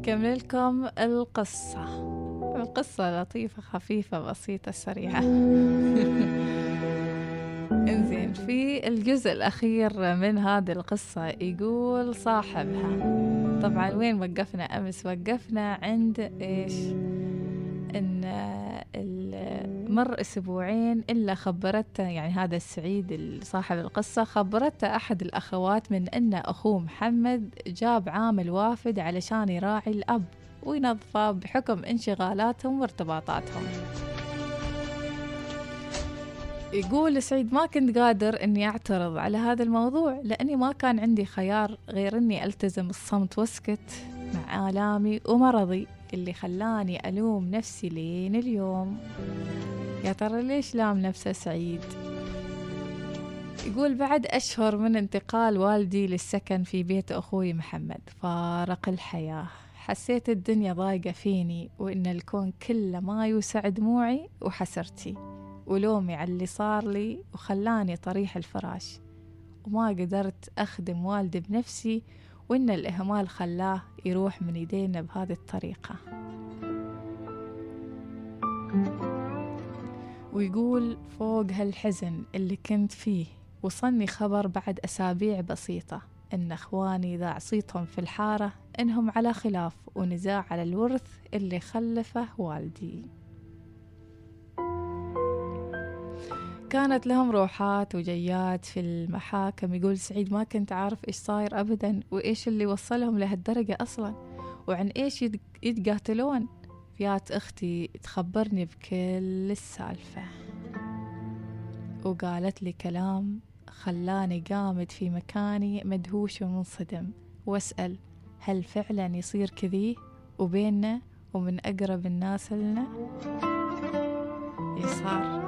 نكمل لكم القصة لطيفة خفيفة بسيطة سريعة. انزين، في الجزء الأخير من هذه القصة يقول صاحبها، طبعا وين وقفنا أمس؟ وقفنا عند إيش؟ إن مر أسبوعين إلا خبرته، يعني هذا السعيد صاحب القصة، خبرته أحد الأخوات من أن أخوه محمد جاب عامل وافد علشان يراعي الأب وينظفه بحكم انشغالاتهم وارتباطاتهم. يقول سعيد ما كنت قادر أني أعترض على هذا الموضوع، لأني ما كان عندي خيار غير أني ألتزم الصمت واسكت مع آلامي ومرضي اللي خلاني ألوم نفسي لين اليوم. يا ترى ليش لام نفسه سعيد؟ يقول بعد أشهر من انتقال والدي للسكن في بيت أخوي محمد فارق الحياة، حسيت الدنيا ضايقة فيني وإن الكون كله ما يوسع دموعي وحسرتي ولومي على اللي صار لي وخلاني طريح الفراش، وما قدرت أخدم والدي بنفسي، وإن الإهمال خلاه يروح من يدينا بهذه الطريقة. ويقول فوق هالحزن اللي كنت فيه وصلني خبر بعد أسابيع بسيطة إن أخواني ذا صيتهم في الحارة إنهم على خلاف ونزاع على الورث اللي خلفه والدي. كانت لهم روحات وجيات في المحاكم. يقول سعيد ما كنت عارف إيش صاير أبدا، وإيش اللي وصلهم لهالدرجة أصلا، وعن إيش يتقاتلون. فيات أختي تخبرني بكل السالفة وقالت لي كلام خلاني قامد في مكاني مدهوش ومنصدم، واسأل هل فعلا يصير كذي وبيننا ومن أقرب الناس لنا؟ يصار.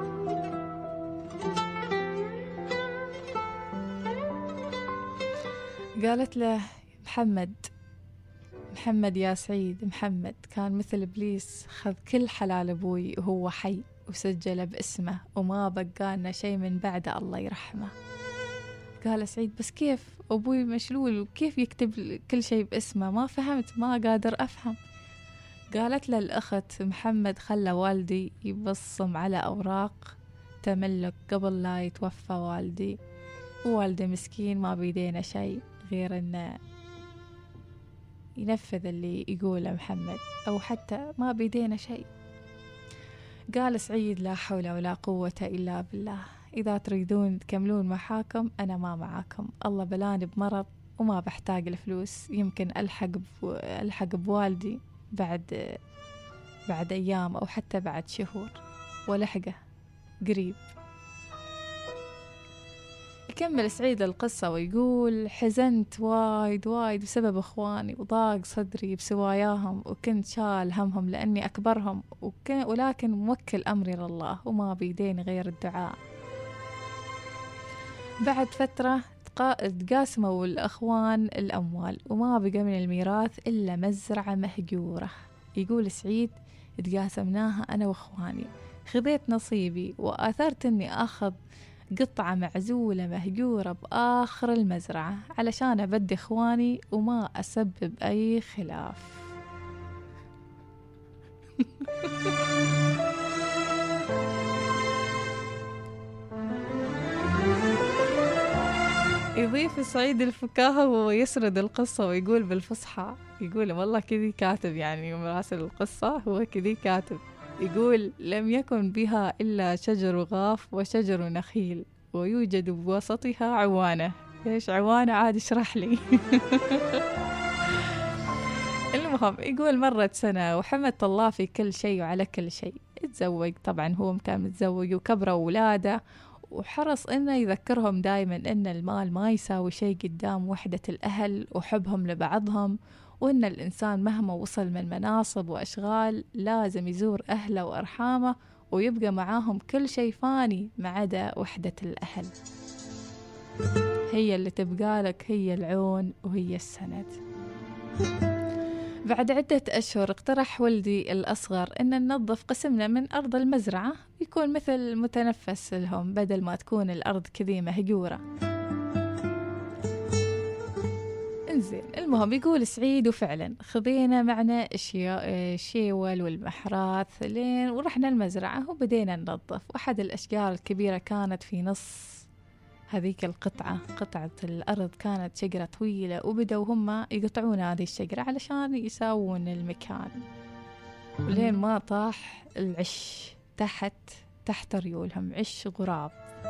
قالت له محمد يا سعيد، محمد كان مثل إبليس، خذ كل حلال أبوي وهو حي وسجله باسمه وما بقالنا شيء من بعده الله يرحمه. قال سعيد بس كيف أبوي مشلول وكيف يكتب كل شيء باسمه؟ ما فهمت، ما قادر أفهم. قالت له الأخت محمد خلى والدي يبصم على أوراق تملك قبل لا يتوفى والدي، ووالدي مسكين ما بيدينا شيء غير أنه ينفذ اللي يقوله محمد، أو حتى ما بيدينا شيء. قال سعيد لا حول ولا قوة إلا بالله، إذا تريدون تكملون محاكم أنا ما معاكم، الله بلاني بمرض وما بحتاج الفلوس، يمكن ألحق بوالدي بعد أيام أو حتى بعد شهور، ولحقه قريب. يكمل سعيد القصة ويقول حزنت وايد بسبب إخواني وضاق صدري بسواياهم، وكنت شال همهم لأني أكبرهم، ولكن موكل أمري لله وما بيديني غير الدعاء. بعد فترة تقاسموا الأخوان الأموال وما بقى من الميراث إلا مزرعة مهجورة. يقول سعيد تقاسمناها أنا وإخواني، خذيت نصيبي وآثرت أني أخذ قطعة معزولة مهجورة بآخر المزرعة علشان أبدي إخواني وما أسبب أي خلاف. يضيف سعيد الفكاهة وهو يسرد القصة ويقول بالفصحى، يقول والله كذي كاتب، يعني مراسل القصة هو كذي كاتب. يقول لم يكن بها إلا شجر غاف وشجر نخيل ويوجد بوسطها عوانة. إيش عوانة عاد اشرح لي. المهم يقول مرت سنة وحمدت الله في كل شيء وعلى كل شيء. اتزوج، طبعا هو كان متزوج وكبر أولاده، وحرص إنه يذكرهم دايما إن المال ما يساوي شيء قدام وحدة الأهل وحبهم لبعضهم، وإن الإنسان مهما وصل من مناصب وأشغال لازم يزور أهله وأرحامه ويبقى معاهم، كل شيء فاني ما عدا وحدة الأهل، هي اللي تبقى لك، هي العون وهي السند. بعد عدة أشهر اقترح ولدي الأصغر أن ننظف قسمنا من أرض المزرعة يكون مثل متنفس لهم بدل ما تكون الأرض كذي مهجورة. زين المهم يقول سعيد وفعلا خذينا معنا الشيول والمحراث لين ورحنا المزرعة وبدينا ننظف. وأحد الأشجار الكبيرة كانت في نص هذيك قطعة الأرض كانت شجرة طويلة، وبدأوا هم يقطعون هذه الشجرة علشان يساوون المكان، ولين ما طاح العش تحت ريولهم، عش غراب.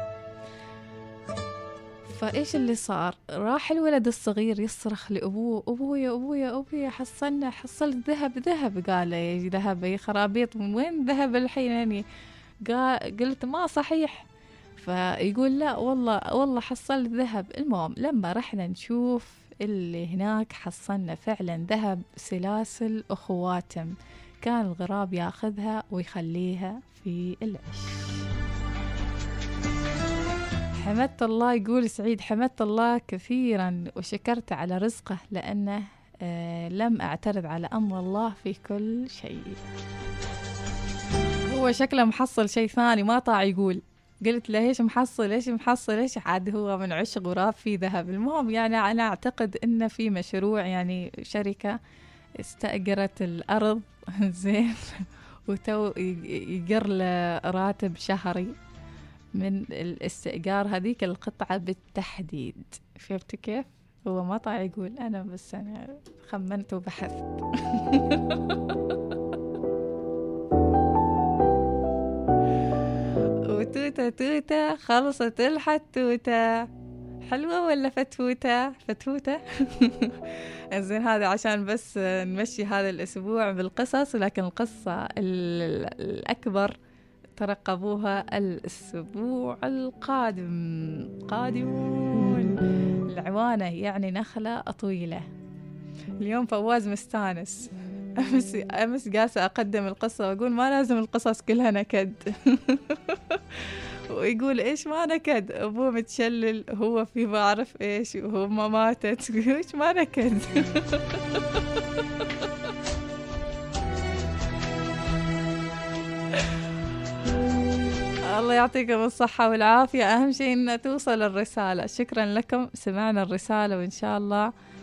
فإيش اللي صار؟ راح الولد الصغير يصرخ لأبوه: أبويا حصلت ذهب. قال: يا ذهب يا خرابيط، من وين ذهب الحين يعني؟ قلت ما صحيح. فيقول: لا والله حصلت ذهب. المهم لما رحنا نشوف اللي هناك حصلنا فعلا ذهب، سلاسل وخواتم، كان الغراب ياخذها ويخليها في العش. حمدت الله، يقول سعيد، حمدت الله كثيرا وشكرت على رزقه، لأنه لم أعترض على أمر الله في كل شيء. هو شكله محصل شيء ثاني ما طاع يقول. قلت له: ايش محصل ايش عاد؟ هو من عش غراب في ذهب. المهم يعني أنا أعتقد إن في مشروع، يعني شركة استأجرت الأرض زين وتو يقر له راتب شهري من الاستئجار هذيك القطعة بالتحديد. فهمت كيف؟ هو ما طاع يقول، أنا بس أنا خمنت وبحثت. وتوتة خلصت الحتوتة. حلوة ولا فتوتة؟ زين هذا عشان بس نمشي هذا الأسبوع بالقصص، لكن القصة الأكبر ترقبوها الأسبوع قادمون. العوانة يعني نخلة طويلة. اليوم فواز مستانس. أمس قاسة أقدم القصة وأقول ما لازم القصص كلها نكد. ويقول: إيش ما نكد؟ أبوه متشلل، هو في ما أعرف إيش، وهو ما ماتت. إيش ما نكد؟ الله يعطيكم الصحة والعافية. أهم شيء إن توصل الرسالة. شكرا لكم، سمعنا الرسالة وإن شاء الله